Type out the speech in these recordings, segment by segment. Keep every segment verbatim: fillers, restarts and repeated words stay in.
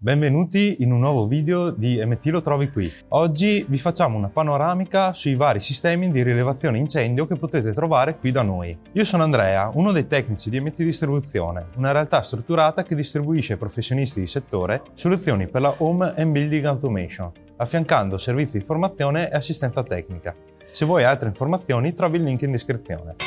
Benvenuti in un nuovo video di M T Lo Trovi Qui. Oggi vi facciamo una panoramica sui vari sistemi di rilevazione incendio che potete trovare qui da noi. Io sono Andrea, uno dei tecnici di M T Distribuzione, una realtà strutturata che distribuisce ai professionisti di settore soluzioni per la Home and Building Automation, affiancando servizi di formazione e assistenza tecnica. Se vuoi altre informazioni trovi il link in descrizione.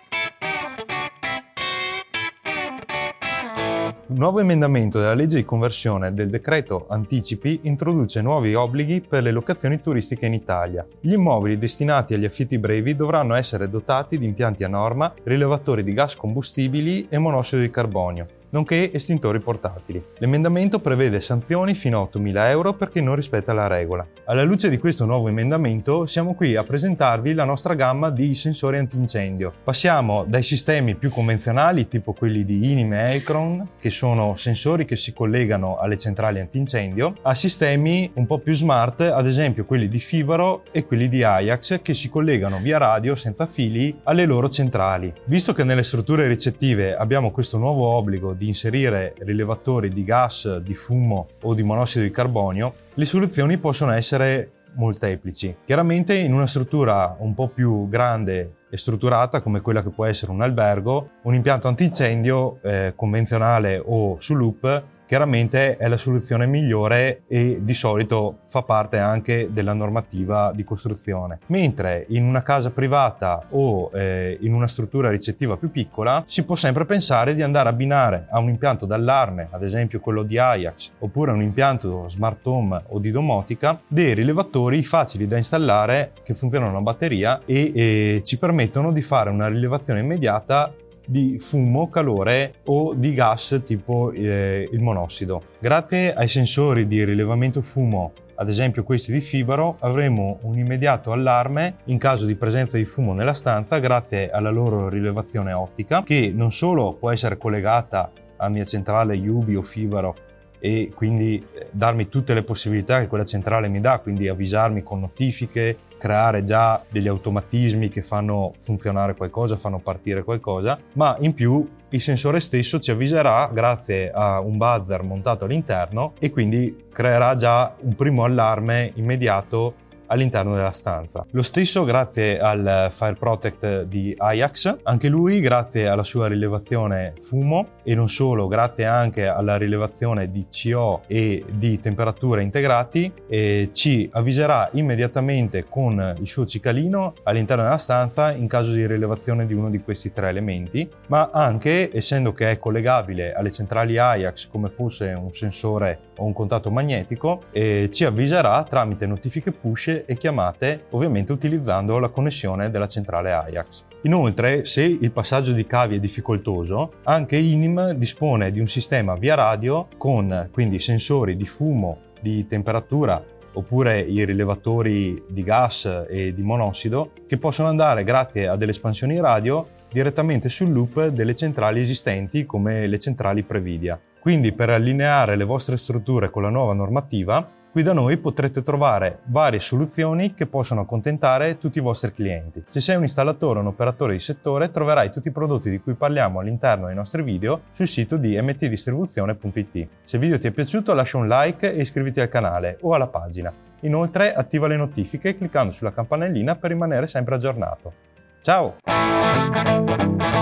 Un nuovo emendamento della legge di conversione del decreto anticipi introduce nuovi obblighi per le locazioni turistiche in Italia. Gli immobili destinati agli affitti brevi dovranno essere dotati di impianti a norma, rilevatori di gas combustibili e monossido di carbonio, nonché estintori portatili. L'emendamento prevede sanzioni fino a ottomila euro per chi non rispetta la regola. Alla luce di questo nuovo emendamento siamo qui a presentarvi la nostra gamma di sensori antincendio. Passiamo dai sistemi più convenzionali, tipo quelli di Inim e Elcron, che sono sensori che si collegano alle centrali antincendio, a sistemi un po' più smart, ad esempio quelli di Fibaro e quelli di Ajax, che si collegano via radio senza fili alle loro centrali. Visto che nelle strutture ricettive abbiamo questo nuovo obbligo di inserire rilevatori di gas, di fumo o di monossido di carbonio, le soluzioni possono essere molteplici. Chiaramente in una struttura un po' più grande e strutturata come quella che può essere un albergo, un impianto antincendio eh, convenzionale o su loop chiaramente è la soluzione migliore e di solito fa parte anche della normativa di costruzione. Mentre in una casa privata o eh, in una struttura ricettiva più piccola si può sempre pensare di andare a abbinare a un impianto d'allarme, ad esempio quello di Ajax, oppure un impianto smart home o di domotica, dei rilevatori facili da installare che funzionano a batteria e, e ci permettono di fare una rilevazione immediata di fumo, calore o di gas tipo eh, il monossido. Grazie ai sensori di rilevamento fumo, ad esempio questi di Fibaro, avremo un immediato allarme in caso di presenza di fumo nella stanza grazie alla loro rilevazione ottica, che non solo può essere collegata alla mia centrale Yubi o Fibaro e quindi darmi tutte le possibilità che quella centrale mi dà, quindi avvisarmi con notifiche, creare già degli automatismi che fanno funzionare qualcosa, fanno partire qualcosa, ma in più il sensore stesso ci avviserà grazie a un buzzer montato all'interno e quindi creerà già un primo allarme immediato all'interno della stanza. Lo stesso grazie al Fire Protect di Ajax, anche lui grazie alla sua rilevazione fumo e non solo, grazie anche alla rilevazione di C O e di temperatura integrati, e ci avviserà immediatamente con il suo cicalino all'interno della stanza in caso di rilevazione di uno di questi tre elementi, ma anche, essendo che è collegabile alle centrali Ajax come fosse un sensore o un contatto magnetico, e ci avviserà tramite notifiche push e chiamate, ovviamente utilizzando la connessione della centrale Ajax. Inoltre, se il passaggio di cavi è difficoltoso, anche Inim dispone di un sistema via radio con quindi sensori di fumo, di temperatura oppure i rilevatori di gas e di monossido che possono andare grazie a delle espansioni radio direttamente sul loop delle centrali esistenti come le centrali Previdia. Quindi per allineare le vostre strutture con la nuova normativa, qui da noi potrete trovare varie soluzioni che possono accontentare tutti i vostri clienti. Se sei un installatore o un operatore di settore, troverai tutti i prodotti di cui parliamo all'interno dei nostri video sul sito di m t distribuzione punto i t. Se il video ti è piaciuto lascia un like e iscriviti al canale o alla pagina. Inoltre attiva le notifiche cliccando sulla campanellina per rimanere sempre aggiornato. Ciao!